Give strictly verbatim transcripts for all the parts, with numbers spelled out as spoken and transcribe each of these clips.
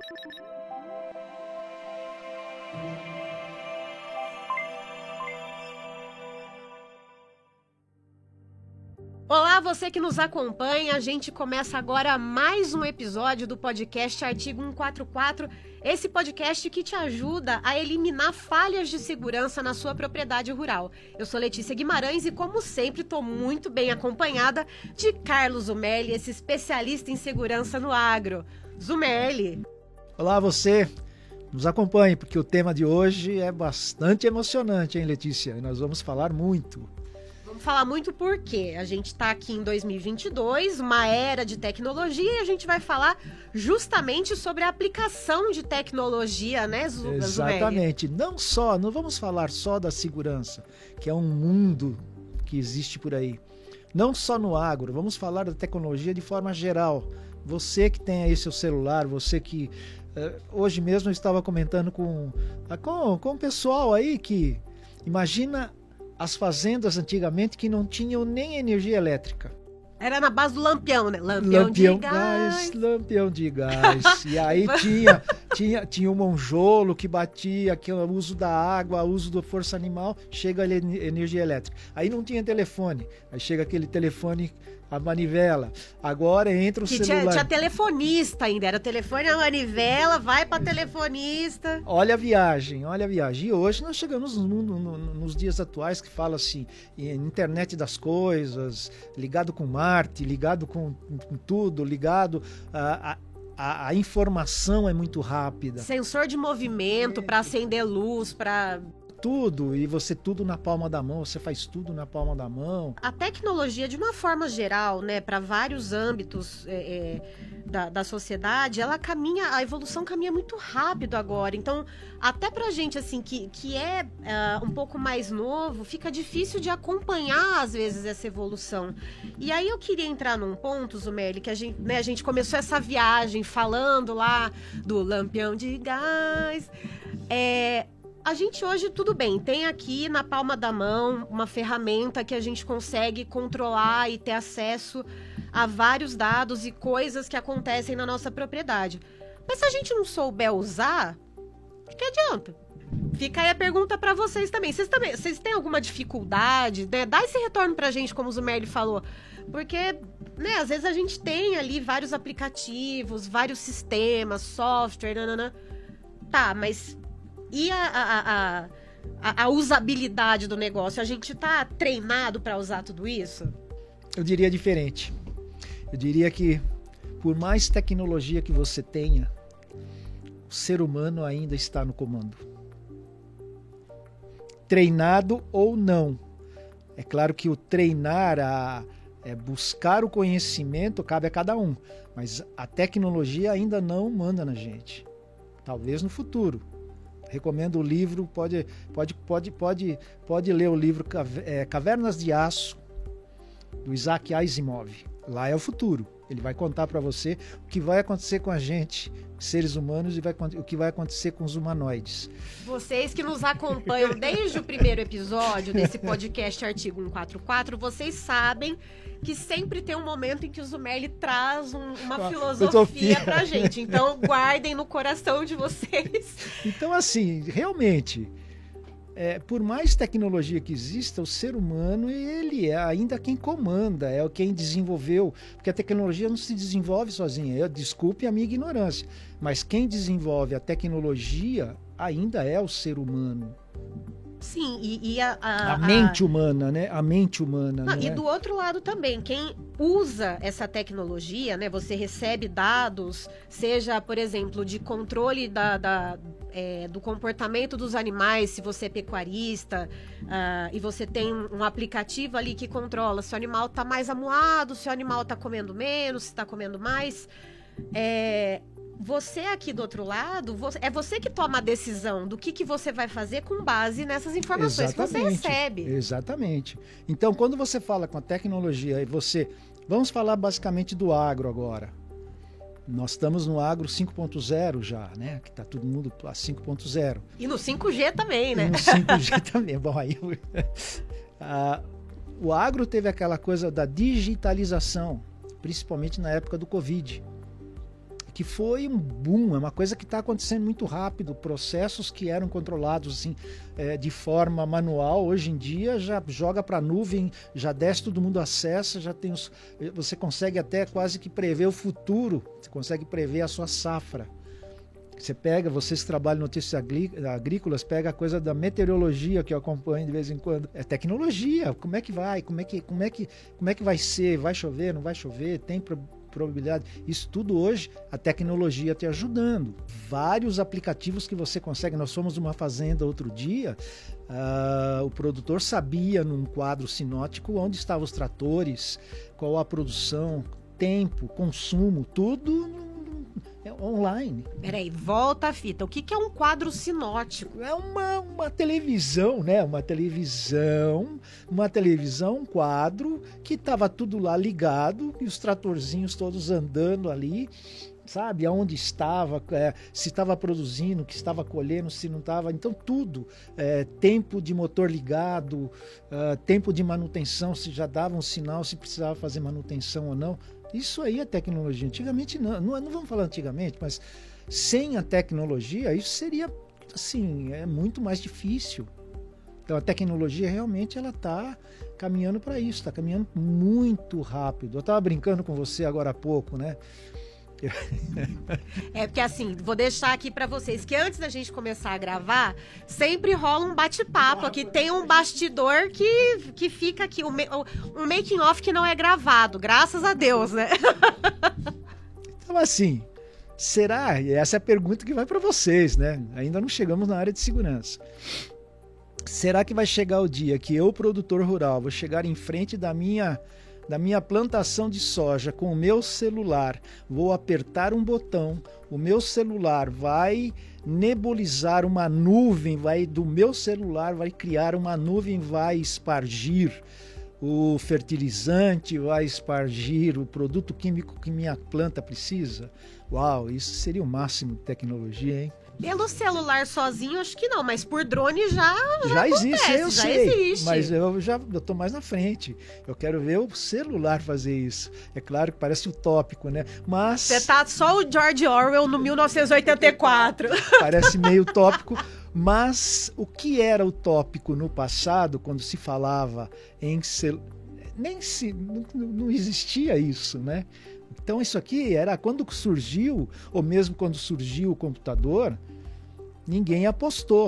Olá, você que nos acompanha, a gente começa agora mais um episódio do podcast Artigo cento e quarenta e quatro, esse podcast que te ajuda a eliminar falhas de segurança na sua propriedade rural. Eu sou Letícia Guimarães e, como sempre, estou muito bem acompanhada de Carlos Zumelli, esse especialista em segurança no agro. Zumelli. Olá, você. Nos acompanhe, porque o tema de hoje é bastante emocionante, hein, Letícia? Nós vamos falar muito. Vamos falar muito porque a gente está aqui em dois mil e vinte e dois, uma era de tecnologia, e a gente vai falar justamente sobre a aplicação de tecnologia, né, Zumelli? Exatamente. Não só, não vamos falar só da segurança, que é um mundo que existe por aí. Não só no agro, vamos falar da tecnologia de forma geral. Você que tem aí seu celular, você que... Uh, hoje mesmo eu estava comentando com, com, com o pessoal aí que... Imagina as fazendas antigamente que não tinham nem energia elétrica. Era na base do lampião, né? Lampião, lampião de gás. gás. Lampião de gás. E aí tinha, tinha, tinha um monjolo que batia, que o uso da água, o uso da força animal, chega a energia elétrica. Aí não tinha telefone. Aí chega aquele telefone, a manivela. Agora entra o que celular. Tinha, tinha telefonista ainda. Era o telefone, a manivela, vai para telefonista. Olha a viagem, olha a viagem. E hoje nós chegamos no, no, no, nos dias atuais que fala assim, internet das coisas, ligado com Marte, ligado com, com tudo, ligado a, a A, a informação é muito rápida. Sensor de movimento para acender luz, para... Tudo, e você tudo na palma da mão, você faz tudo na palma da mão. A tecnologia, de uma forma geral, né, para vários âmbitos é, é, da, da sociedade, ela caminha, a evolução caminha muito rápido agora. Então, até pra gente, assim, que, que é uh, um pouco mais novo, fica difícil de acompanhar, às vezes, essa evolução. E aí eu queria entrar num ponto, Zumelli, que a gente, né, a gente começou essa viagem falando lá do lampião de gás. É... A gente hoje, tudo bem, tem aqui na palma da mão uma ferramenta que a gente consegue controlar e ter acesso a vários dados e coisas que acontecem na nossa propriedade. Mas se a gente não souber usar, o que adianta? Fica aí a pergunta para vocês também. Vocês também, vocês têm alguma dificuldade, né? Dá esse retorno pra gente, como o Zumelli falou. Porque, né, às vezes a gente tem ali vários aplicativos, vários sistemas, software, nanana. Tá, mas... E a, a, a, a usabilidade do negócio? A gente está treinado para usar tudo isso? Eu diria diferente. Eu diria que, por mais tecnologia que você tenha, o ser humano ainda está no comando. Treinado ou não. É claro que o treinar, a, é buscar o conhecimento, cabe a cada um. Mas a tecnologia ainda não manda na gente. Talvez no futuro. Recomendo o livro, pode, pode, pode, pode, pode ler o livro Cavernas de Aço, do Isaac Asimov. Lá é o futuro. Ele vai contar para você o que vai acontecer com a gente, seres humanos, e vai, o que vai acontecer com os humanoides. Vocês que nos acompanham desde o primeiro episódio desse podcast Artigo cento e quarenta e quatro, vocês sabem que sempre tem um momento em que o Zumelli traz um, uma, uma filosofia pra gente. Então, guardem no coração de vocês. Então, assim, realmente... É, por mais tecnologia que exista, o ser humano, ele é ainda quem comanda, é quem desenvolveu, porque a tecnologia não se desenvolve sozinha. Eu, desculpe a minha ignorância, mas quem desenvolve a tecnologia ainda é o ser humano. Sim, e, e a, a, a mente a... humana, né? A mente humana. Não, e é? do outro lado também, quem usa essa tecnologia, né? Você recebe dados, seja, por exemplo, de controle da, da, é, do comportamento dos animais, se você é pecuarista, uh, e você tem um aplicativo ali que controla se o animal está mais amuado, se o animal está comendo menos, se está comendo mais. É... Você aqui do outro lado, você, é você que toma a decisão do que, que você vai fazer com base nessas informações Exatamente, que você recebe. Exatamente. Então, quando você fala com a tecnologia e você... Vamos falar basicamente do agro agora. Nós estamos no agro cinco ponto zero já, né? Que está todo mundo a cinco ponto zero. E no cinco G também, né? E no cinco G também. Bom, aí... ah, o agro teve aquela coisa da digitalização, principalmente na época do Covid. que foi um boom, é uma coisa que está acontecendo muito rápido. Processos que eram controlados assim, é, de forma manual, hoje em dia já joga para a nuvem, já desce, todo mundo acessa, já tem os, você consegue até quase que prever o futuro, você consegue prever a sua safra. Você pega, vocês que trabalham em notícias agrícolas, pega a coisa da meteorologia que eu acompanho de vez em quando. É tecnologia, como é que vai, como é que, como é que, como é que vai ser, vai chover, não vai chover, tem pro, probabilidade. Isso tudo hoje, a tecnologia te ajudando. Vários aplicativos que você consegue, nós fomos numa fazenda outro dia, uh, o produtor sabia num quadro sinótico onde estavam os tratores, qual a produção, tempo, consumo, tudo é online. Peraí, volta a fita. O que, que é um quadro sinótico? É uma, uma televisão, né? Uma televisão, uma televisão, um quadro que estava tudo lá ligado e os tratorzinhos todos andando ali, sabe? Aonde estava, é, se estava produzindo, que estava colhendo, se não estava. Então tudo, é, tempo de motor ligado, uh, tempo de manutenção, se já dava um sinal, se precisava fazer manutenção ou não. Isso aí é tecnologia. Antigamente, não, não, não vamos falar antigamente, mas sem a tecnologia, isso seria, assim, é muito mais difícil. Então, a tecnologia realmente ela está caminhando para isso, está caminhando muito rápido. Eu estava brincando com você agora há pouco, né? É porque assim, vou deixar aqui pra vocês que antes da gente começar a gravar, sempre rola um bate-papo aqui, tem um bastidor que, que fica aqui, um, um making off que não é gravado, graças a Deus, né? Então assim, será? E essa é a pergunta que vai para vocês, né? Ainda não chegamos na área de segurança. Será que vai chegar o dia que eu, produtor rural, vou chegar em frente da minha da minha plantação de soja com o meu celular, vou apertar um botão, o meu celular vai nebulizar uma nuvem, vai do meu celular vai criar uma nuvem, vai espargir o fertilizante, vai espargir o produto químico que minha planta precisa? Uau, isso seria o máximo de tecnologia, hein? Pelo celular sozinho, acho que não, mas por drone já Já, já existe, acontece, eu já sei, existe. Mas eu já eu tô mais na frente. Eu quero ver o celular fazer isso. É claro que parece utópico, né? Mas... Você tá só o George Orwell no mil novecentos e oitenta e quatro. Parece meio utópico, mas o que era utópico no passado, quando se falava em... Cel... Nem se... Não, não existia isso, né? Então isso aqui era quando surgiu, ou mesmo quando surgiu o computador, ninguém apostou.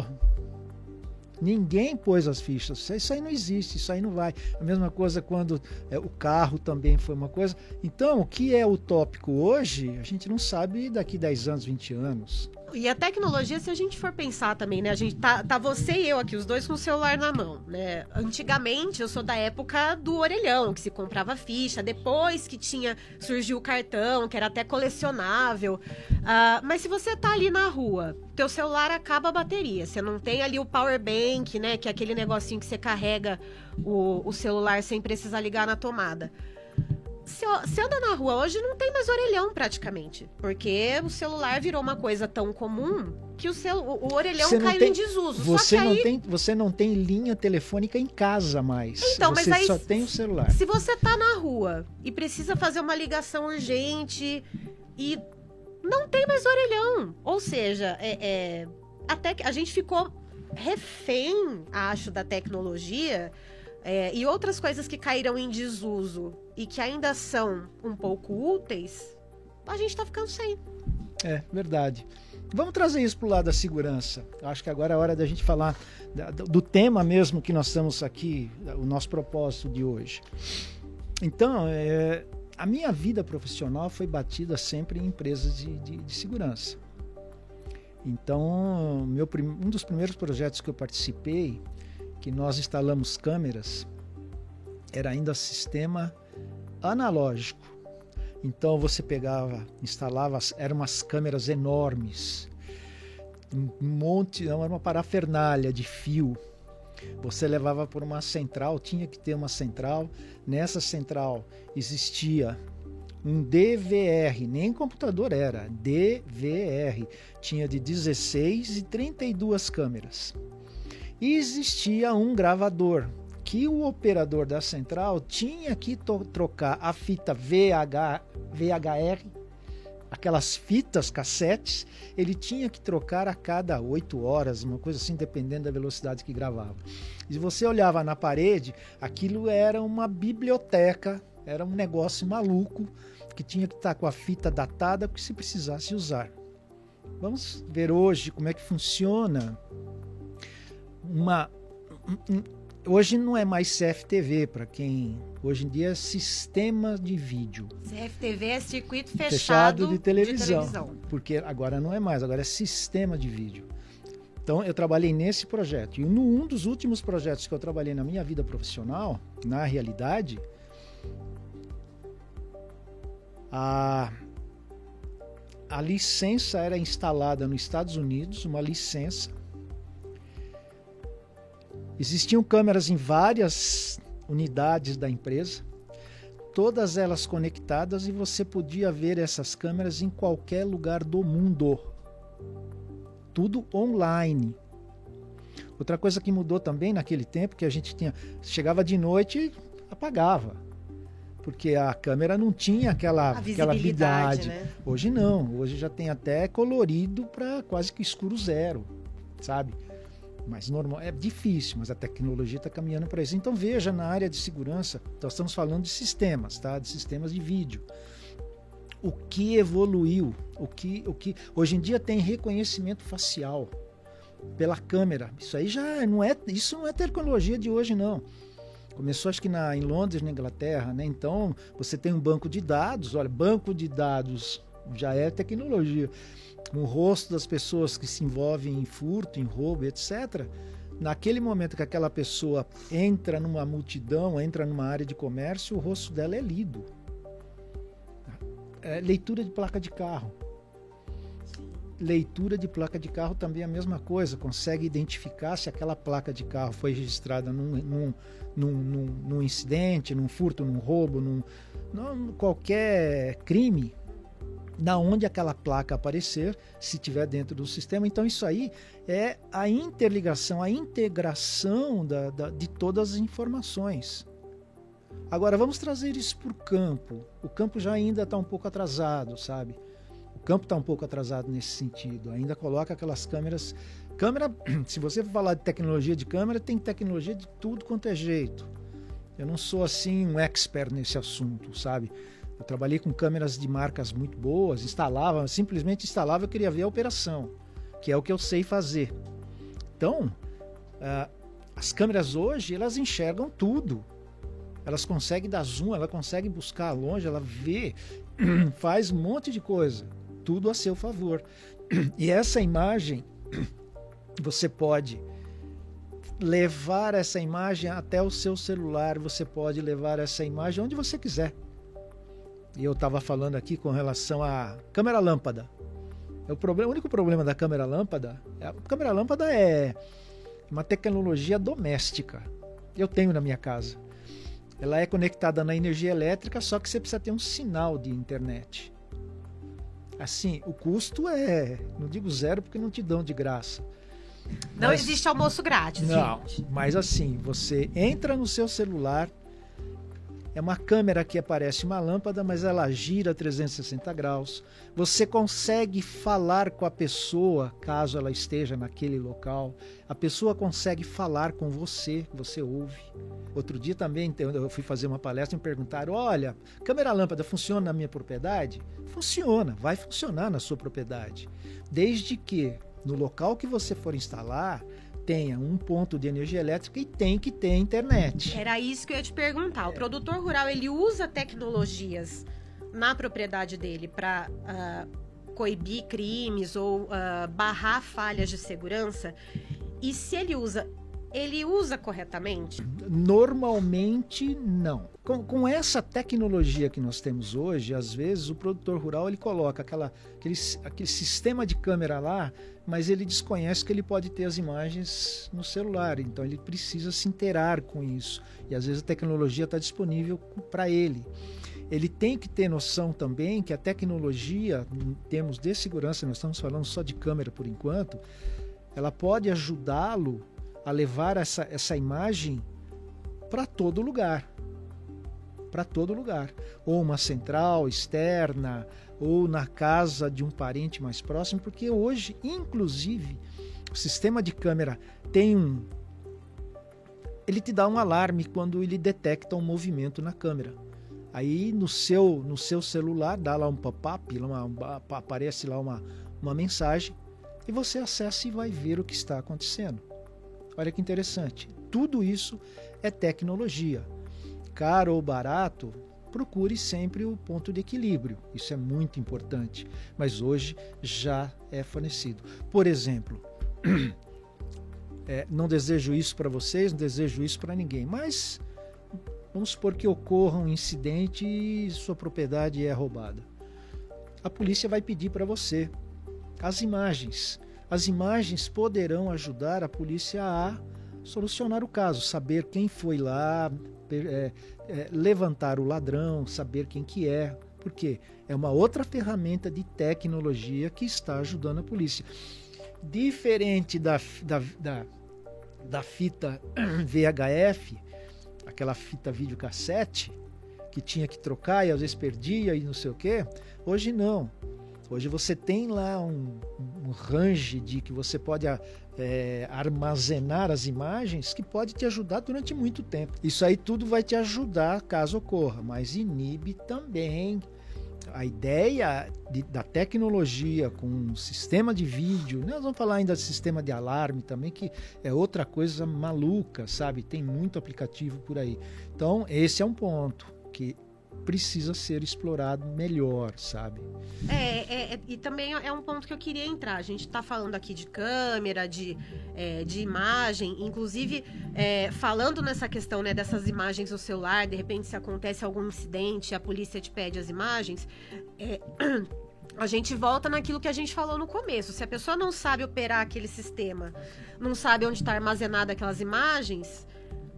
Ninguém pôs as fichas. Isso aí não existe, isso aí não vai. A mesma coisa quando é, o carro também foi uma coisa. Então, o que é utópico hoje, a gente não sabe daqui dez anos, vinte anos. E a tecnologia, se a gente for pensar também, né? A gente tá, tá você e eu aqui, os dois com o celular na mão, né? Antigamente, eu sou da época do orelhão, que se comprava ficha, depois que tinha, surgiu o cartão, que era até colecionável. Uh, mas se você tá ali na rua, teu celular acaba a bateria, você não tem ali o power bank, né? Que é aquele negocinho que você carrega o, o celular sem precisar ligar na tomada. Você anda na rua hoje, não tem mais orelhão praticamente, porque o celular virou uma coisa tão comum que o, celu, o, o orelhão caiu tem, em desuso. Você, Só que não aí... tem, você não tem linha telefônica em casa mais. Então, você mas aí, só tem o celular. Se você tá na rua e precisa fazer uma ligação urgente e não tem mais orelhão, ou seja, é, é, até que a gente ficou refém, acho, da tecnologia. É, e outras coisas que caíram em desuso e que ainda são um pouco úteis, a gente tá ficando sem. É, verdade. Vamos trazer isso pro lado da segurança. Acho que agora é a hora da gente falar da, do tema mesmo que nós estamos aqui, o nosso propósito de hoje. Então, é, a minha vida profissional foi batida sempre em empresas de, de, de segurança. Então, meu, um dos primeiros projetos que eu participei, que nós instalamos câmeras, era ainda sistema analógico. Então você pegava, instalava, eram umas câmeras enormes, um monte, não, era uma parafernália de fio. Você levava por uma central, tinha que ter uma central. Nessa central existia um D V R, nem computador era, D V R. Tinha de dezesseis e trinta e duas câmeras. E existia um gravador, que o operador da central tinha que trocar a fita V H, V H R aquelas fitas, cassetes, ele tinha que trocar a cada oito horas, uma coisa assim, dependendo da velocidade que gravava. E se você olhava na parede, aquilo era uma biblioteca, era um negócio maluco, que tinha que estar com a fita datada, porque se precisasse usar. Vamos ver hoje como é que funciona uma... Hoje não é mais C F T V, para quem... Hoje em dia é sistema de vídeo. C F T V é circuito fechado, fechado de televisão, de televisão. Porque agora não é mais, agora é sistema de vídeo. Então eu trabalhei nesse projeto. E num dos últimos projetos que eu trabalhei na minha vida profissional, na realidade, a, a licença era instalada nos Estados Unidos, uma licença. Existiam câmeras em várias unidades da empresa, todas elas conectadas, e você podia ver essas câmeras em qualquer lugar do mundo. Tudo online. Outra coisa que mudou também naquele tempo, que a gente tinha, chegava de noite e apagava, porque a câmera não tinha aquela, aquela habilidade. Né? Hoje não, hoje já tem até colorido para quase que escuro zero, sabe? Mas normal, é difícil, mas a tecnologia está caminhando para isso. Então veja, na área de segurança, nós estamos falando de sistemas, tá? De sistemas de vídeo. O que evoluiu, o que, o que hoje em dia tem reconhecimento facial pela câmera. Isso aí já não é, isso não é tecnologia de hoje, não. Começou acho que na, em Londres, na Inglaterra, né? Então você tem um banco de dados, olha, banco de dados já é tecnologia. O rosto das pessoas que se envolvem em furto, em roubo, etcétera. Naquele momento que aquela pessoa entra numa multidão, entra numa área de comércio, o rosto dela é lido. É, leitura de placa de carro. Leitura de placa de carro também é a mesma coisa. Consegue identificar se aquela placa de carro foi registrada num, num, num, num, num incidente, num furto, num roubo, num, num qualquer crime. Da onde aquela placa aparecer, se estiver dentro do sistema. Então isso aí é a interligação, a integração da, da, de todas as informações. Agora vamos trazer isso para o campo. O campo já ainda está um pouco atrasado, sabe? O campo está um pouco atrasado nesse sentido. Ainda coloca aquelas câmeras... Câmera, se você for falar de tecnologia de câmera, tem tecnologia de tudo quanto é jeito. Eu não sou assim um expert nesse assunto, sabe? Eu trabalhei com câmeras de marcas muito boas, instalava, simplesmente instalava, eu queria ver a operação, que é o que eu sei fazer. Então, uh, as câmeras hoje, elas enxergam tudo. Elas conseguem dar zoom, ela consegue buscar longe, ela vê, faz um monte de coisa, tudo a seu favor. E essa imagem, você pode levar essa imagem até o seu celular, você pode levar essa imagem onde você quiser. E eu estava falando aqui com relação à câmera lâmpada. É o, problema, o único problema da câmera lâmpada, a câmera lâmpada é uma tecnologia doméstica. Eu tenho na minha casa. Ela é conectada na energia elétrica, só que você precisa ter um sinal de internet. Assim, o custo é, não digo zero porque não te dão de graça. Não mas, existe almoço grátis, não, gente. Mas assim, você entra no seu celular, é uma câmera que aparece uma lâmpada, mas ela gira trezentos e sessenta graus. Você consegue falar com a pessoa, caso ela esteja naquele local. A pessoa consegue falar com você, você ouve. Outro dia também eu fui fazer uma palestra e me perguntaram, olha, câmera lâmpada funciona na minha propriedade? Funciona, vai funcionar na sua propriedade. Desde que no local que você for instalar, tenha um ponto de energia elétrica e tem que ter internet. Era isso que eu ia te perguntar. O produtor rural, ele usa tecnologias na propriedade dele para uh, coibir crimes ou uh, barrar falhas de segurança? E se ele usa, ele usa corretamente? Normalmente, não. Com, com essa tecnologia que nós temos hoje, às vezes o produtor rural ele coloca aquela, aquele, aquele sistema de câmera lá, mas ele desconhece que ele pode ter as imagens no celular, então ele precisa se inteirar com isso. E às vezes a tecnologia está disponível para ele. Ele tem que ter noção também que a tecnologia, em termos de segurança, nós estamos falando só de câmera por enquanto, ela pode ajudá-lo a levar essa, essa imagem para todo lugar. para todo lugar. Ou uma central externa, ou na casa de um parente mais próximo, porque hoje, inclusive, o sistema de câmera tem um... ele te dá um alarme quando ele detecta um movimento na câmera. Aí no seu, no seu celular dá lá um pop-up, aparece lá uma, uma mensagem, e você acessa e vai ver o que está acontecendo. Olha que interessante. Tudo isso é tecnologia. Caro ou barato, procure sempre o ponto de equilíbrio. Isso é muito importante. Mas hoje já é fornecido. Por exemplo, é, não desejo isso para vocês, não desejo isso para ninguém, mas vamos supor que ocorra um incidente e sua propriedade é roubada. A polícia vai pedir para você as imagens. As imagens poderão ajudar a polícia a solucionar o caso, saber quem foi lá, é, é, levantar o ladrão, saber quem que é. Por quê? É uma outra ferramenta de tecnologia que está ajudando a polícia. Diferente da, da, da, da fita V H F, aquela fita videocassete, que tinha que trocar e às vezes perdia e não sei o quê, hoje não. Hoje você tem lá um, um range de que você pode é, armazenar as imagens que pode te ajudar durante muito tempo. Isso aí tudo vai te ajudar caso ocorra, mas inibe também. A ideia de, da tecnologia com um sistema de vídeo, nós vamos falar ainda de sistema de alarme também, que é outra coisa maluca, sabe? Tem muito aplicativo por aí. Então, esse é um ponto que precisa ser explorado melhor, sabe? É, é, é, e também é um ponto que eu queria entrar. A gente está falando aqui de câmera, de, é, de imagem, inclusive é, falando nessa questão, né, dessas imagens no celular, de repente se acontece algum incidente, a polícia te pede as imagens, é, a gente volta naquilo que a gente falou no começo. Se a pessoa não sabe operar aquele sistema, não sabe onde está armazenada aquelas imagens,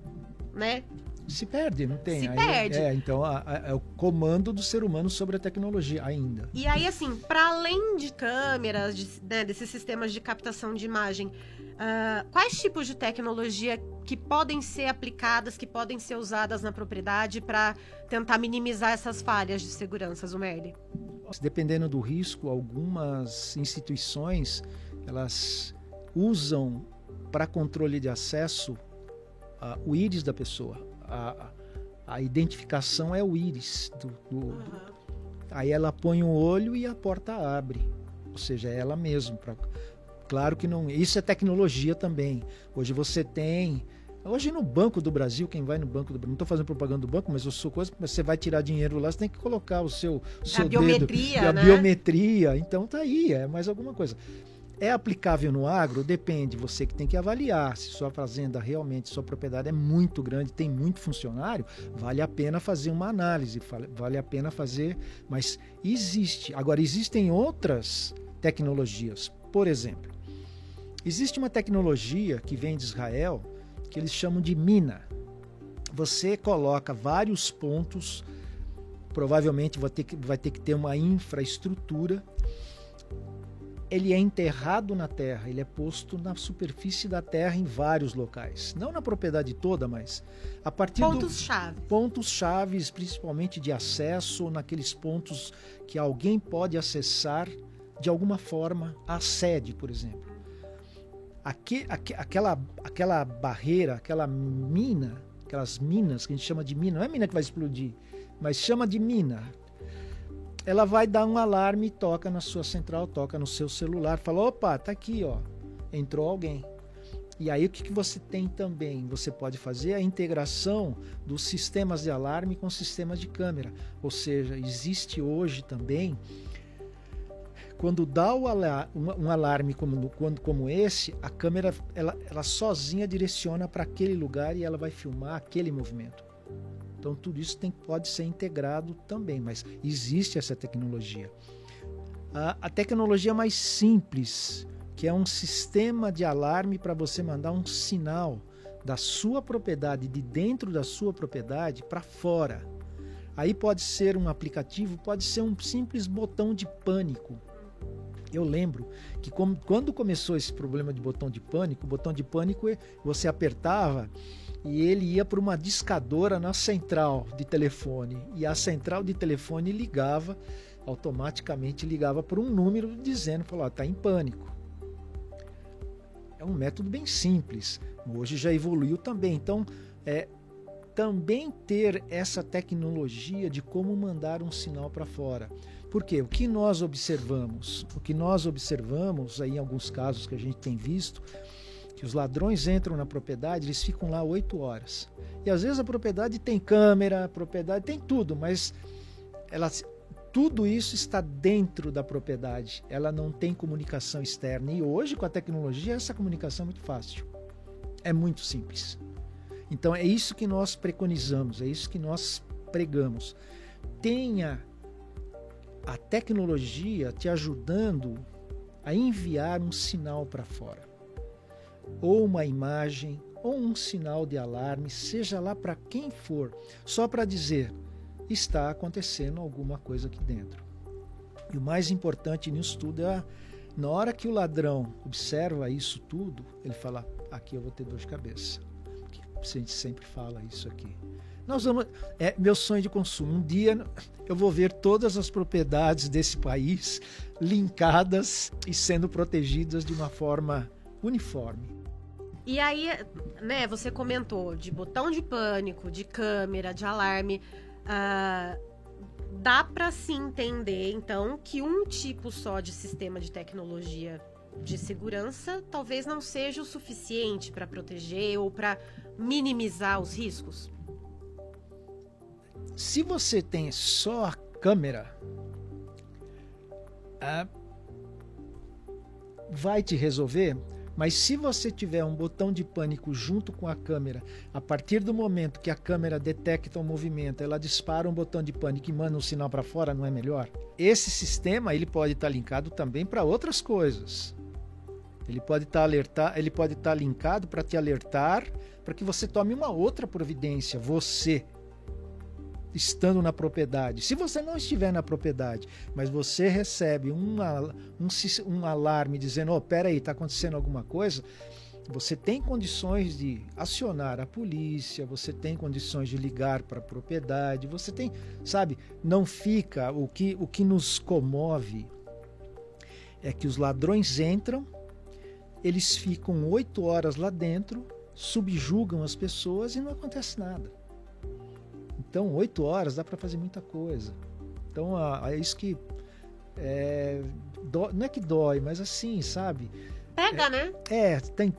né? Se perde, não tem. Se aí, perde. É, então a, a, é o comando do ser humano sobre a tecnologia ainda. E aí, assim, para além de câmeras, de, né, desses sistemas de captação de imagem, uh, quais tipos de tecnologia que podem ser aplicadas, que podem ser usadas na propriedade para tentar minimizar essas falhas de segurança, Zumerli? Dependendo do risco, algumas instituições, elas usam para controle de acesso uh, o íris da pessoa. A, a identificação é o íris. Do, do, uhum. do, aí ela põe o olho e a porta abre. Ou seja, é ela mesma. Pra, claro que não... Isso é tecnologia também. Hoje você tem... Hoje no Banco do Brasil, quem vai no Banco do Brasil... Não estou fazendo propaganda do banco, mas eu sou coisa... Você vai tirar dinheiro lá, você tem que colocar o seu, o seu a dedo. Biometria, a né? biometria. Então tá aí, é mais alguma coisa. É aplicável no agro? Depende, você que tem que avaliar. Se sua fazenda realmente, sua propriedade é muito grande, tem muito funcionário, vale a pena fazer uma análise, vale a pena fazer, mas existe. Agora, existem outras tecnologias. Por exemplo, existe uma tecnologia que vem de Israel, que eles chamam de mina. Você coloca vários pontos, provavelmente vai ter que, vai ter que ter uma infraestrutura. Ele é enterrado na terra, ele é posto na superfície da terra em vários locais. Não na propriedade toda, mas a partir pontos-chave. Pontos-chaves, principalmente de acesso, naqueles pontos que alguém pode acessar de alguma forma a sede, por exemplo. Aqui, aqu, aquela, aquela barreira, aquela mina, aquelas minas que a gente chama de mina, não é mina que vai explodir, mas chama de mina. Ela vai dar um alarme e toca na sua central, toca no seu celular, fala, opa, tá aqui, ó, entrou alguém. E aí o que, que você tem também? Você pode fazer a integração dos sistemas de alarme com sistemas de câmera. Ou seja, existe hoje também, quando dá o alar- um alarme como, quando, como esse, a câmera ela, ela sozinha direciona para aquele lugar e ela vai filmar aquele movimento. Então tudo isso tem, pode ser integrado também, mas existe essa tecnologia. A, a tecnologia mais simples, que é um sistema de alarme para você mandar um sinal da sua propriedade, de dentro da sua propriedade, para fora. Aí pode ser um aplicativo, pode ser um simples botão de pânico. Eu lembro que como, quando começou esse problema de botão de pânico, o botão de pânico você apertava e ele ia para uma discadora na central de telefone. E a central de telefone ligava, automaticamente ligava para um número dizendo, falou, está em pânico. É um método bem simples. Hoje já evoluiu também. Então, é, também ter essa tecnologia de como mandar um sinal para fora. Por quê? O que nós observamos? O que nós observamos, aí em alguns casos que a gente tem visto, que os ladrões entram na propriedade, eles ficam lá oito horas. E às vezes a propriedade tem câmera, a propriedade tem tudo, mas ela, tudo isso está dentro da propriedade. Ela não tem comunicação externa. E hoje, com a tecnologia, essa comunicação é muito fácil. É muito simples. Então é isso que nós preconizamos, é isso que nós pregamos. Tenha a tecnologia te ajudando a enviar um sinal para fora, ou uma imagem, ou um sinal de alarme, seja lá para quem for, só para dizer, está acontecendo alguma coisa aqui dentro. E o mais importante nisso tudo é, na hora que o ladrão observa isso tudo, ele fala, aqui eu vou ter dor de cabeça. A gente sempre fala isso aqui. Nós vamos, é meu sonho de consumo. Um dia eu vou ver todas as propriedades desse país linkadas e sendo protegidas de uma forma uniforme. E aí, né, você comentou de botão de pânico, de câmera, de alarme. Uh, dá para se entender, então, que um tipo só de sistema de tecnologia de segurança talvez não seja o suficiente para proteger ou para minimizar os riscos? Se você tem só a câmera, ah, vai te resolver, mas se você tiver um botão de pânico junto com a câmera, a partir do momento que a câmera detecta o movimento, ela dispara um botão de pânico e manda um sinal para fora, não é melhor? Esse sistema ele pode estar linkado também para outras coisas. Ele pode estar alertar, ele pode estar linkado para te alertar, para que você tome uma outra providência, você estando na propriedade. Se você não estiver na propriedade, mas você recebe uma, um, um alarme dizendo, oh, peraí, está acontecendo alguma coisa, você tem condições de acionar a polícia, você tem condições de ligar para a propriedade, você tem, sabe, não fica, o que, o que nos comove é que os ladrões entram, eles ficam oito horas lá dentro, subjugam as pessoas e não acontece nada. Então, oito horas dá para fazer muita coisa. Então, é isso que... É, dó, não é que dói, mas assim, sabe? Pega, é, né? É, tem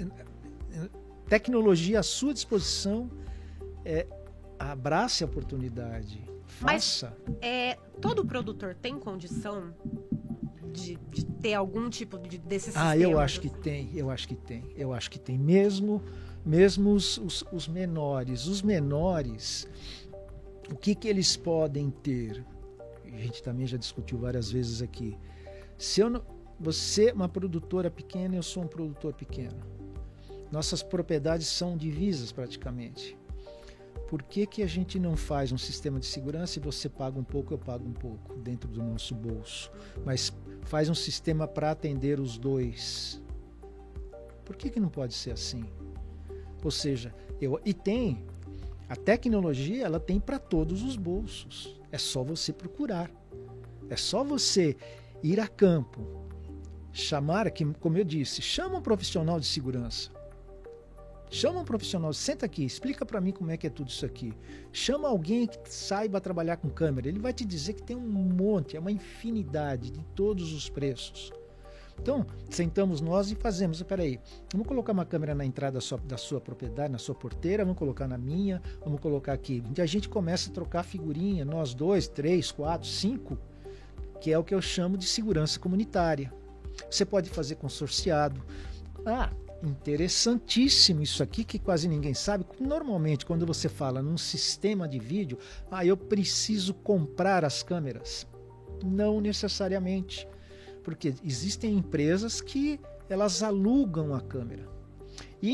tecnologia à sua disposição. É, abrace a oportunidade. Faça. Mas é, todo produtor tem condição de, de ter algum tipo de, desse sistema? Ah, eu acho que tem. Eu acho que tem. Eu acho que tem. Mesmo... Mesmo os, os, os menores, os menores, o que, que eles podem ter? A gente também já discutiu várias vezes aqui. Se eu não, você é uma produtora pequena, eu sou um produtor pequeno. Nossas propriedades são divisas praticamente. Por que, que a gente não faz um sistema de segurança e você paga um pouco, eu pago um pouco dentro do nosso bolso? Mas faz um sistema para atender os dois. Por que, que não pode ser assim? Ou seja, eu, e tem, a tecnologia ela tem para todos os bolsos. É só você procurar. É só você ir a campo, chamar, aqui, como eu disse, chama um profissional de segurança. Chama um profissional, senta aqui, explica para mim como é que é tudo isso aqui. Chama alguém que saiba trabalhar com câmera. Ele vai te dizer que tem um monte, é uma infinidade de todos os preços. Então, sentamos nós e fazemos, peraí, vamos colocar uma câmera na entrada da sua, da sua propriedade, na sua porteira, vamos colocar na minha, vamos colocar aqui. E a gente começa a trocar figurinha, nós dois, três, quatro, cinco, que é o que eu chamo de segurança comunitária. Você pode fazer consorciado. Ah, interessantíssimo isso aqui que quase ninguém sabe. Normalmente, quando você fala num sistema de vídeo, ah, eu preciso comprar as câmeras. Não necessariamente. Porque existem empresas que elas alugam a câmera. E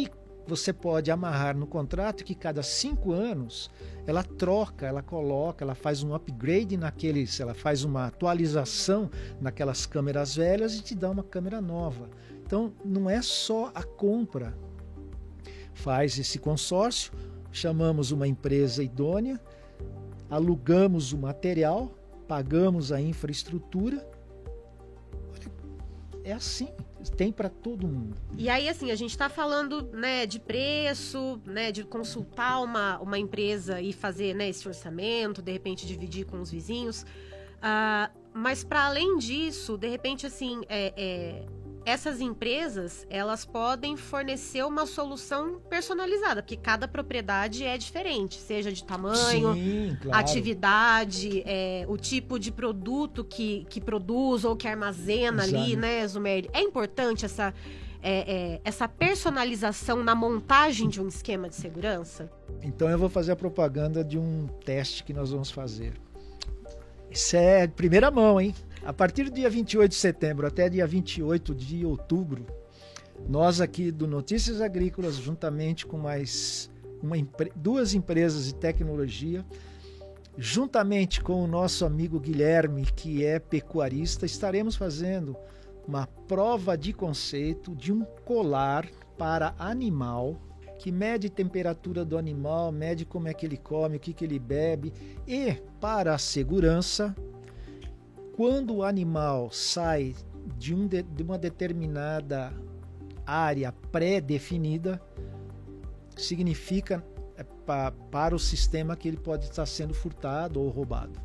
você pode amarrar no contrato que cada cinco anos ela troca, ela coloca, ela faz um upgrade naqueles, ela faz uma atualização naquelas câmeras velhas e te dá uma câmera nova. Então, não é só a compra. Faz esse consórcio, chamamos uma empresa idônea, alugamos o material, pagamos a infraestrutura. É assim, tem para todo mundo. E aí, assim, a gente está falando, né, de preço, né, de consultar uma, uma empresa e fazer, né, esse orçamento, de repente dividir com os vizinhos. Uh, mas, para além disso, de repente, assim, é, é, essas empresas, elas podem fornecer uma solução personalizada, porque cada propriedade é diferente, seja de tamanho, Sim, claro. atividade, é, o tipo de produto que, que produz ou que armazena. Exato. Ali, né, Zumerli? É importante essa, é, é, essa personalização na montagem de um esquema de segurança? Então eu vou fazer a propaganda de um teste que nós vamos fazer. Isso é de primeira mão, hein? A partir do dia vinte e oito de setembro até dia vinte e oito de outubro, nós aqui do Notícias Agrícolas, juntamente com mais uma, duas empresas de tecnologia, juntamente com o nosso amigo Guilherme, que é pecuarista, estaremos fazendo uma prova de conceito de um colar para animal, que mede a temperatura do animal, mede como é que ele come, o que, que ele bebe, e para a segurança, quando o animal sai de, um de, de uma determinada área pré-definida, significa é, pa, para o sistema que ele pode estar sendo furtado ou roubado.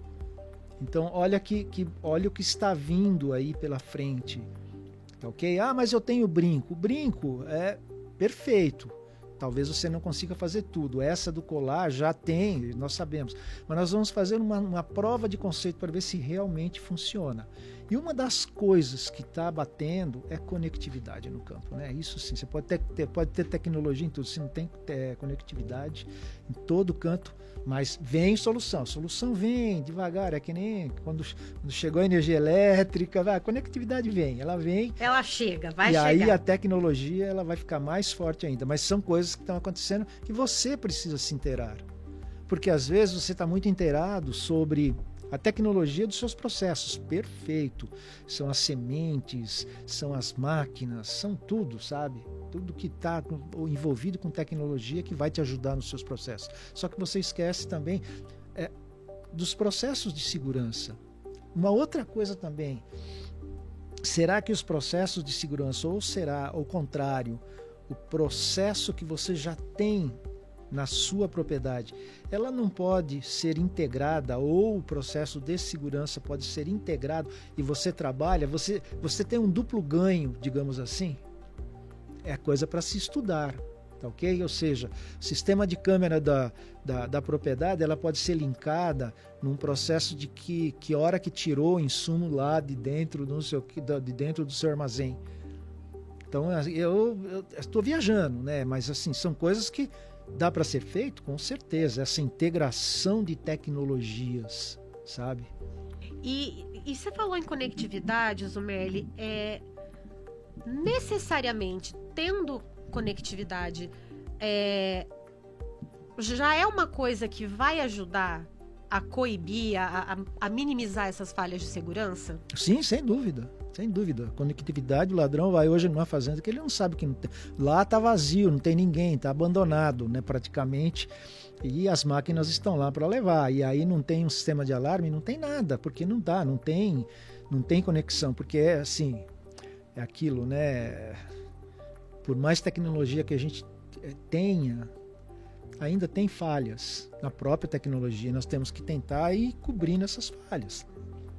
Então, olha, que, que, olha o que está vindo aí pela frente. Tá, ok? Ah, mas eu tenho brinco. O brinco é perfeito. Talvez você não consiga fazer tudo. Essa do colar já tem, nós sabemos. Mas nós vamos fazer uma, uma prova de conceito para ver se realmente funciona. E uma das coisas que está batendo é conectividade no campo, né? Isso sim, você pode ter, ter, pode ter tecnologia em tudo, se não tem é, conectividade em todo canto, mas vem solução. A solução vem devagar, é que nem quando, quando chegou a energia elétrica, vai, a conectividade vem, ela vem. Ela chega, vai e chegar. E aí a tecnologia ela vai ficar mais forte ainda, mas são coisas que estão acontecendo que você precisa se inteirar. Porque às vezes você está muito inteirado sobre a tecnologia dos seus processos, perfeito. São as sementes, são as máquinas, são tudo, sabe? Tudo que está envolvido com tecnologia que vai te ajudar nos seus processos. Só que você esquece também é, dos processos de segurança. Uma outra coisa também, será que os processos de segurança, ou será ao contrário, o processo que você já tem na sua propriedade, ela não pode ser integrada, ou o processo de segurança pode ser integrado e você trabalha, você, você tem um duplo ganho, digamos assim? É coisa para se estudar, tá ok? Ou seja, o sistema de câmera da, da, da propriedade, ela pode ser linkada num processo de que, que hora que tirou o insumo lá de dentro do seu, de dentro do seu armazém. Então, eu estou viajando, né? Mas assim, são coisas que dá para ser feito? Com certeza. Essa integração de tecnologias, sabe? E, e você falou em conectividade, Zumerli, é, necessariamente tendo conectividade, é, já é uma coisa que vai ajudar a coibir, a, a, a minimizar essas falhas de segurança? Sim, sem dúvida. Sem dúvida. Conectividade, o ladrão vai hoje numa fazenda que ele não sabe que não tem. Lá está vazio, não tem ninguém, está abandonado, né, praticamente. E as máquinas estão lá para levar. E aí não tem um sistema de alarme, não tem nada, porque não dá, não tem, não tem conexão. Porque é assim, é aquilo, né? Por mais tecnologia que a gente tenha, ainda tem falhas na própria tecnologia. Nós temos que tentar ir cobrindo essas falhas.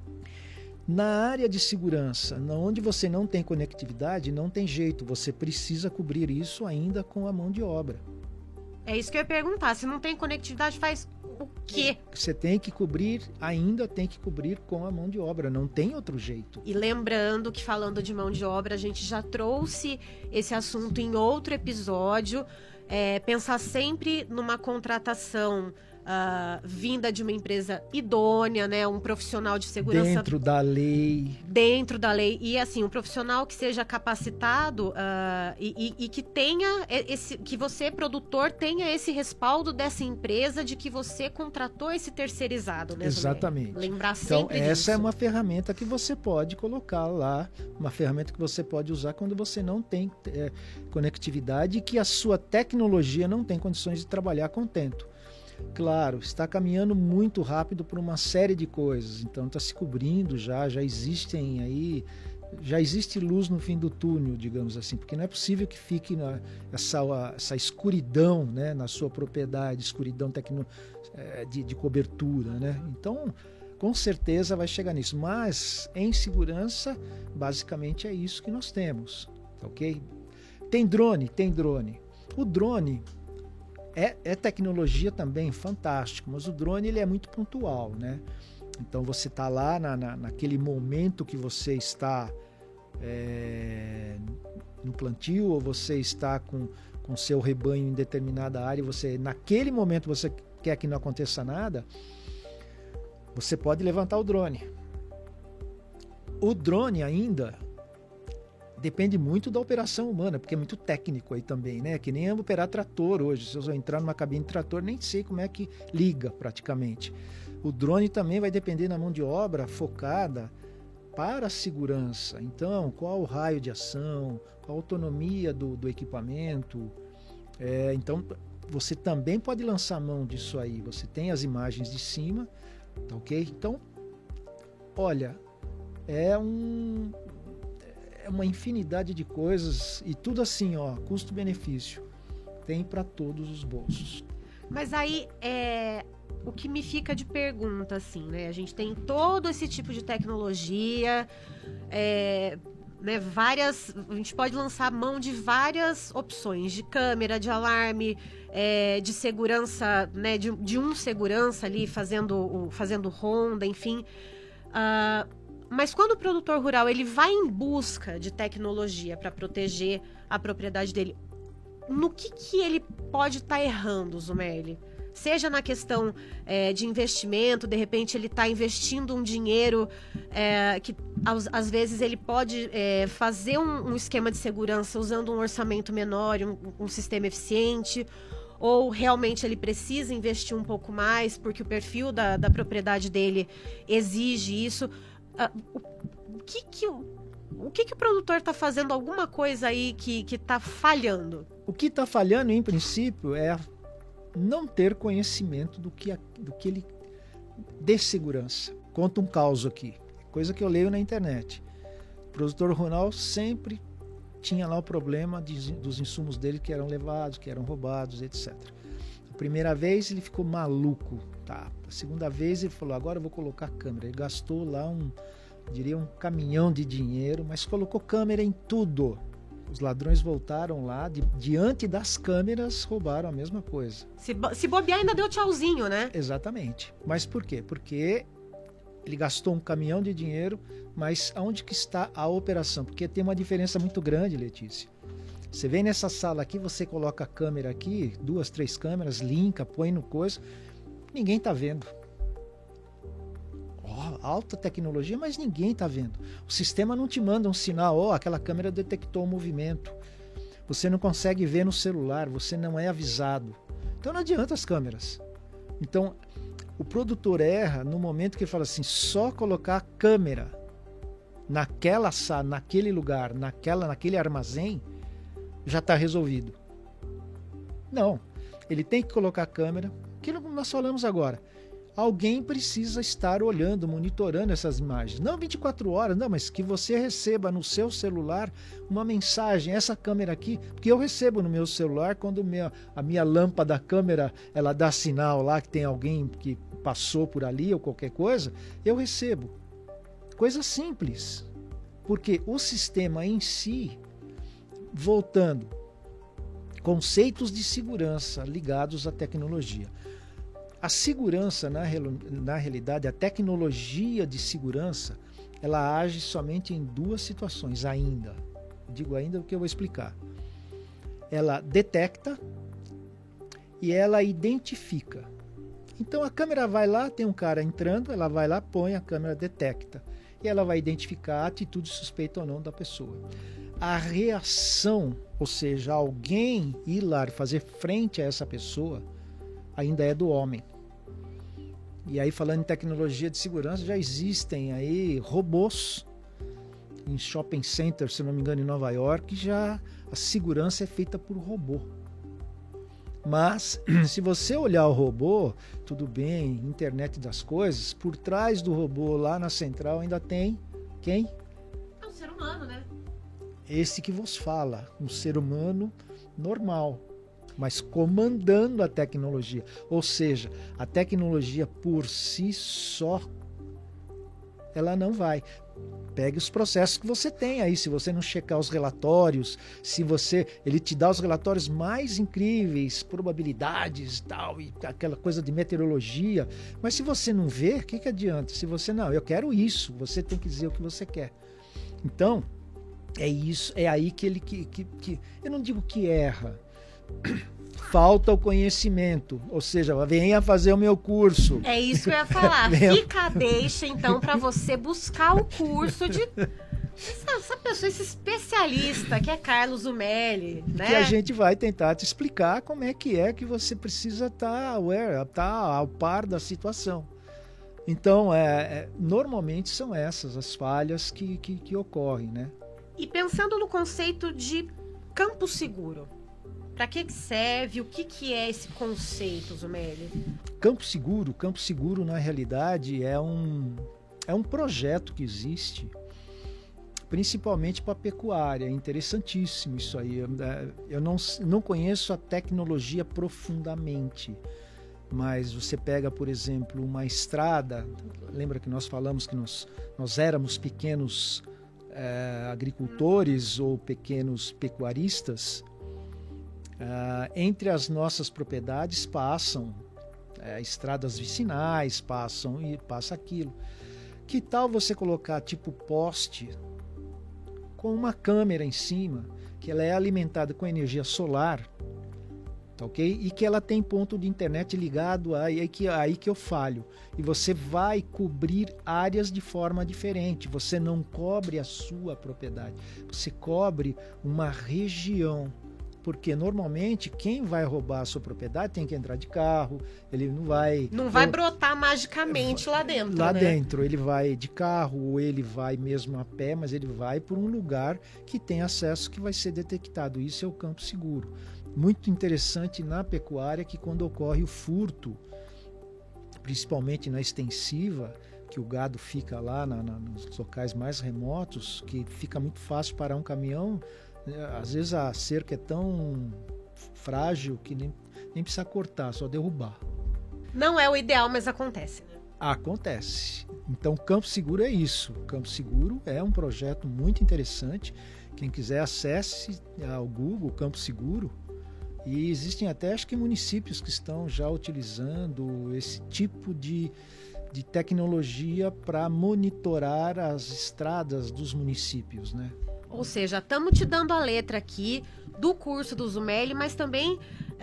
Na área de segurança, onde você não tem conectividade, não tem jeito, você precisa cobrir isso ainda com a mão de obra. É isso que eu ia perguntar, se não tem conectividade, faz o quê? Você tem que cobrir, ainda tem que cobrir com a mão de obra, não tem outro jeito. E lembrando que, falando de mão de obra, a gente já trouxe esse assunto em outro episódio, é, pensar sempre numa contratação uh, vinda de uma empresa idônea, né? Um profissional de segurança... Dentro da lei. Dentro da lei. E, assim, um profissional que seja capacitado uh, e, e, e que tenha esse... Que você, produtor, tenha esse respaldo dessa empresa de que você contratou esse terceirizado, né? Exatamente. Lembrar então, sempre essa disso. é uma ferramenta que você pode colocar lá, uma ferramenta que você pode usar quando você não tem é, conectividade e que a sua tecnologia não tem condições de trabalhar contento. Claro, está caminhando muito rápido por uma série de coisas, então está se cobrindo já, já existem aí, já existe luz no fim do túnel, digamos assim, porque não é possível que fique na, essa, essa escuridão, né, na sua propriedade, escuridão tecno, de, de cobertura, né? Então, com certeza vai chegar nisso, mas em segurança, basicamente é isso que nós temos, ok? Tem drone? Tem drone. O drone é, é tecnologia também, fantástico, mas o drone ele é muito pontual, né? Então você está lá na, na, naquele momento que você está é, no plantio ou você está com com seu rebanho em determinada área, você naquele momento você quer que não aconteça nada, você pode levantar o drone. O drone ainda depende muito da operação humana, porque é muito técnico aí também, né? Que nem operar trator hoje. Se eu entrar numa cabine de trator, nem sei como é que liga praticamente. O drone também vai depender da mão de obra focada para a segurança. Então, qual o raio de ação, qual a autonomia do, do equipamento. É, então, você também pode lançar mão disso aí. Você tem as imagens de cima, tá ok? Então, olha, é um... é uma infinidade de coisas e tudo assim, ó, custo-benefício. Tem para todos os bolsos. Mas aí, é, o que me fica de pergunta, assim, né? A gente tem todo esse tipo de tecnologia, é, né, várias... A gente pode lançar mão de várias opções, de câmera, de alarme, é, de segurança, né, de, de um segurança ali fazendo, fazendo ronda, enfim... Uh, Mas quando o produtor rural ele vai em busca de tecnologia para proteger a propriedade dele, no que, que ele pode estar tá errando, Zumerli? Seja na questão é, de investimento, de repente ele está investindo um dinheiro é, que às, às vezes ele pode é, fazer um, um esquema de segurança usando um orçamento menor, um, um sistema eficiente, ou realmente ele precisa investir um pouco mais porque o perfil da, da propriedade dele exige isso. Uh, o, que que o, o que que o produtor está fazendo? Alguma coisa aí que que está falhando? O que está falhando, em princípio, é não ter conhecimento do que, do que ele dê segurança. Conta um caos aqui, coisa que eu leio na internet. O produtor rural sempre tinha lá o problema de, dos insumos dele que eram levados, que eram roubados, etcétera. A primeira vez ele ficou maluco, tá? A segunda vez ele falou, agora eu vou colocar câmera. Ele gastou lá um, diria um caminhão de dinheiro, mas colocou câmera em tudo. Os ladrões voltaram lá, de, diante das câmeras, roubaram a mesma coisa. Se, se bobear ainda deu tchauzinho, né? Exatamente. Mas por quê? Porque ele gastou um caminhão de dinheiro, mas aonde que está a operação? Porque tem uma diferença muito grande, Letícia. Você vem nessa sala aqui, você coloca a câmera aqui, duas, três câmeras, linka, põe no coisa, ninguém está vendo. Oh, alta tecnologia, mas ninguém está vendo. O sistema não te manda um sinal, ó, oh, aquela câmera detectou o movimento. Você não consegue ver no celular, você não é avisado. Então não adianta as câmeras. Então, o produtor erra no momento que ele fala assim, só colocar a câmera naquela sala, naquele lugar, naquela, naquele armazém, já está resolvido. Não, ele tem que colocar a câmera, que nós falamos agora. Alguém precisa estar olhando, monitorando essas imagens. Não vinte e quatro horas, não, mas que você receba no seu celular uma mensagem, essa câmera aqui, porque eu recebo no meu celular quando minha, a minha lâmpada da câmera, ela dá sinal lá que tem alguém que passou por ali ou qualquer coisa, eu recebo. Coisa simples, porque o sistema em si, voltando, conceitos de segurança ligados à tecnologia. A segurança, na, na realidade, a tecnologia de segurança, ela age somente em duas situações ainda. Digo ainda porque eu vou explicar. Ela detecta e ela identifica. Então a câmera vai lá, tem um cara entrando, ela vai lá, põe, a câmera detecta. E ela vai identificar a atitude suspeita ou não da pessoa. A reação, ou seja, alguém ir lá e fazer frente a essa pessoa, ainda é do homem. E aí, falando em tecnologia de segurança, já existem aí robôs em shopping center, se não me engano, em Nova York, já a segurança é feita por robô. Mas, se você olhar o robô, tudo bem, internet das coisas, por trás do robô, lá na central, ainda tem quem? É um ser humano, né? Esse que vos fala, um ser humano normal, mas comandando a tecnologia. Ou seja, a tecnologia por si só, ela não vai. Pegue os processos que você tem aí, se você não checar os relatórios, se você, ele te dá os relatórios mais incríveis, probabilidades e tal, e aquela coisa de meteorologia, mas se você não vê, o que, que adianta? Se você não, eu quero isso, você tem que dizer o que você quer. Então, é isso, é aí que ele, que, que, que eu não digo que erra, falta o conhecimento, ou seja, venha fazer o meu curso. É isso que eu ia falar. Fica a deixa, então, para você buscar o curso de essa, essa pessoa, esse especialista que é Carlos Zumelli, né? Que a gente vai tentar te explicar como é que é que você precisa estar aware, estar ao par da situação. Então, é, é, normalmente são essas as falhas que, que, que ocorrem, né? E pensando no conceito de campo seguro, para que serve? O que, que é esse conceito, Zumelli? Campo seguro, campo seguro na realidade é um, é um projeto que existe, principalmente para a pecuária. É interessantíssimo isso aí. Eu não, não conheço a tecnologia profundamente, mas você pega, por exemplo, uma estrada. Lembra que nós falamos que nós, nós éramos pequenos é, agricultores ou pequenos pecuaristas? Uh, entre as nossas propriedades passam é, estradas vicinais, passam e passa aquilo. Que tal você colocar tipo poste com uma câmera em cima, que ela é alimentada com energia solar, tá ok? E que ela tem ponto de internet ligado, aí, aí, que, aí que eu falho. E você vai cobrir áreas de forma diferente, você não cobre a sua propriedade, você cobre uma região. Porque normalmente quem vai roubar a sua propriedade tem que entrar de carro, ele não vai... Não vai eu, brotar magicamente lá dentro, Lá né? dentro, ele vai de carro ou ele vai mesmo a pé, mas ele vai por um lugar que tem acesso que vai ser detectado. Isso é o campo seguro. Muito interessante na pecuária que quando ocorre o furto, principalmente na extensiva, que o gado fica lá na, na, nos locais mais remotos, que fica muito fácil parar um caminhão. Às vezes a cerca é tão frágil que nem, nem precisa cortar, só derrubar. Não é o ideal, mas acontece, né? Acontece. Então, Campo Seguro é isso. Campo Seguro é um projeto muito interessante. Quem quiser, acesse ao Google Campo Seguro. E existem até, acho que, municípios que estão já utilizando esse tipo de, de tecnologia para monitorar as estradas dos municípios, né? Ou seja, estamos te dando a letra aqui do curso do Zumelli, mas também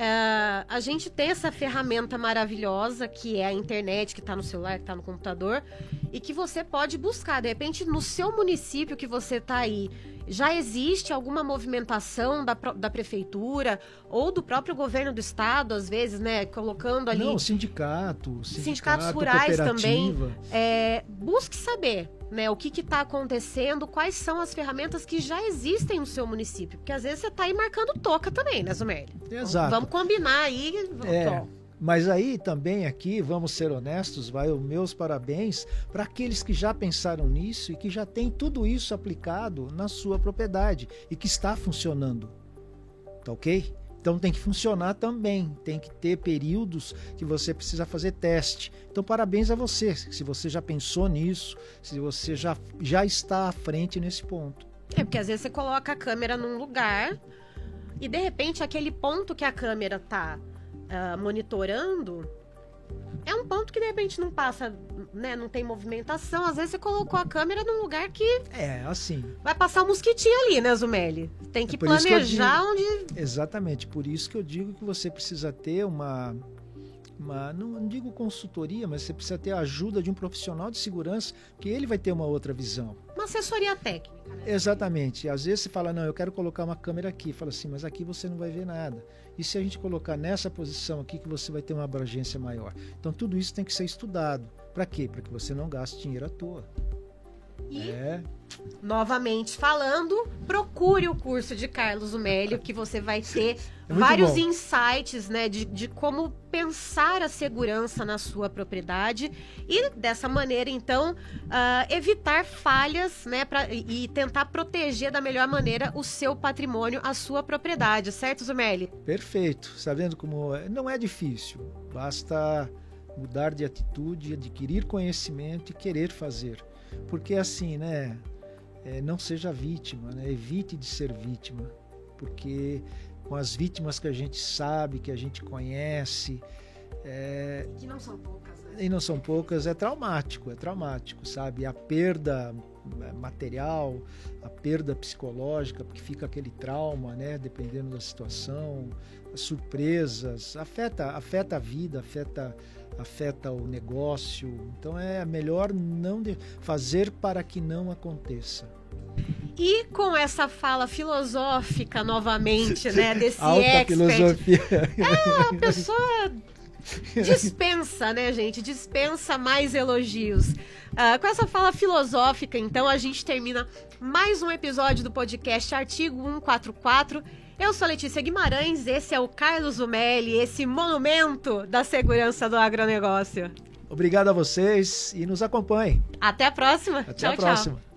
é, a gente tem essa ferramenta maravilhosa que é a internet, que está no celular, que está no computador, e que você pode buscar. De repente, no seu município que você está aí, já existe alguma movimentação da, da prefeitura ou do próprio governo do estado, às vezes, né, colocando ali... Não, sindicato, sindicato sindicatos rurais também. É, busque saber, né, o que está acontecendo, quais são as ferramentas que já existem no seu município. Porque às vezes você está aí marcando toca também, né, Zumelli? Exato. Vamos combinar aí. É, mas aí também aqui, vamos ser honestos, vai os meus parabéns para aqueles que já pensaram nisso e que já têm tudo isso aplicado na sua propriedade e que está funcionando. Tá ok? Então tem que funcionar também, tem que ter períodos que você precisa fazer teste. Então parabéns a você, se você já pensou nisso, se você já, já está à frente nesse ponto. É, porque às vezes você coloca a câmera num lugar e de repente aquele ponto que a câmera tá uh, monitorando é um ponto que de repente não passa, né, não tem movimentação. Às vezes você colocou a câmera num lugar que... É, assim... Vai passar um mosquitinho ali, né, Zumelli? Tem que é planejar que digo, onde... Exatamente, por isso que eu digo que você precisa ter uma, uma, não, não digo consultoria, mas você precisa ter a ajuda de um profissional de segurança, que ele vai ter uma outra visão. Uma assessoria técnica, né? Exatamente. Às vezes você fala, não, eu quero colocar uma câmera aqui. Fala assim, mas aqui você não vai ver nada. E se a gente colocar nessa posição aqui, que você vai ter uma abrangência maior? Então tudo isso tem que ser estudado. Para quê? Para que você não gaste dinheiro à toa. E, é. novamente falando, procure o curso de Carlos Umélio, que você vai ter é vários bom. insights, né, de, de como pensar a segurança na sua propriedade e, dessa maneira, então, uh, evitar falhas, né, pra, e, e tentar proteger da melhor maneira o seu patrimônio, a sua propriedade, certo, Zumeli? Perfeito. Sabendo como é? Não é difícil, basta mudar de atitude, adquirir conhecimento e querer fazer. Porque assim, né, é, não seja vítima, né, evite de ser vítima, porque com as vítimas que a gente sabe, que a gente conhece, é, que não são poucas, né? E não são poucas, é traumático, é traumático, sabe? A perda material, a perda psicológica, porque fica aquele trauma, né, dependendo da situação, as surpresas, afeta, afeta a vida, afeta afeta o negócio, então é melhor não de fazer para que não aconteça. E com essa fala filosófica novamente, né, desse Alta expert, filosofia. É, a pessoa dispensa, né, gente, dispensa mais elogios. Uh, com essa fala filosófica, então, a gente termina mais um episódio do podcast Artigo cento e quarenta e quatro. Eu sou Letícia Guimarães, esse é o Carlos Umélio, esse monumento da segurança do agronegócio. Obrigado a vocês e nos acompanhem. Até a próxima. Até tchau, a próxima. Tchau.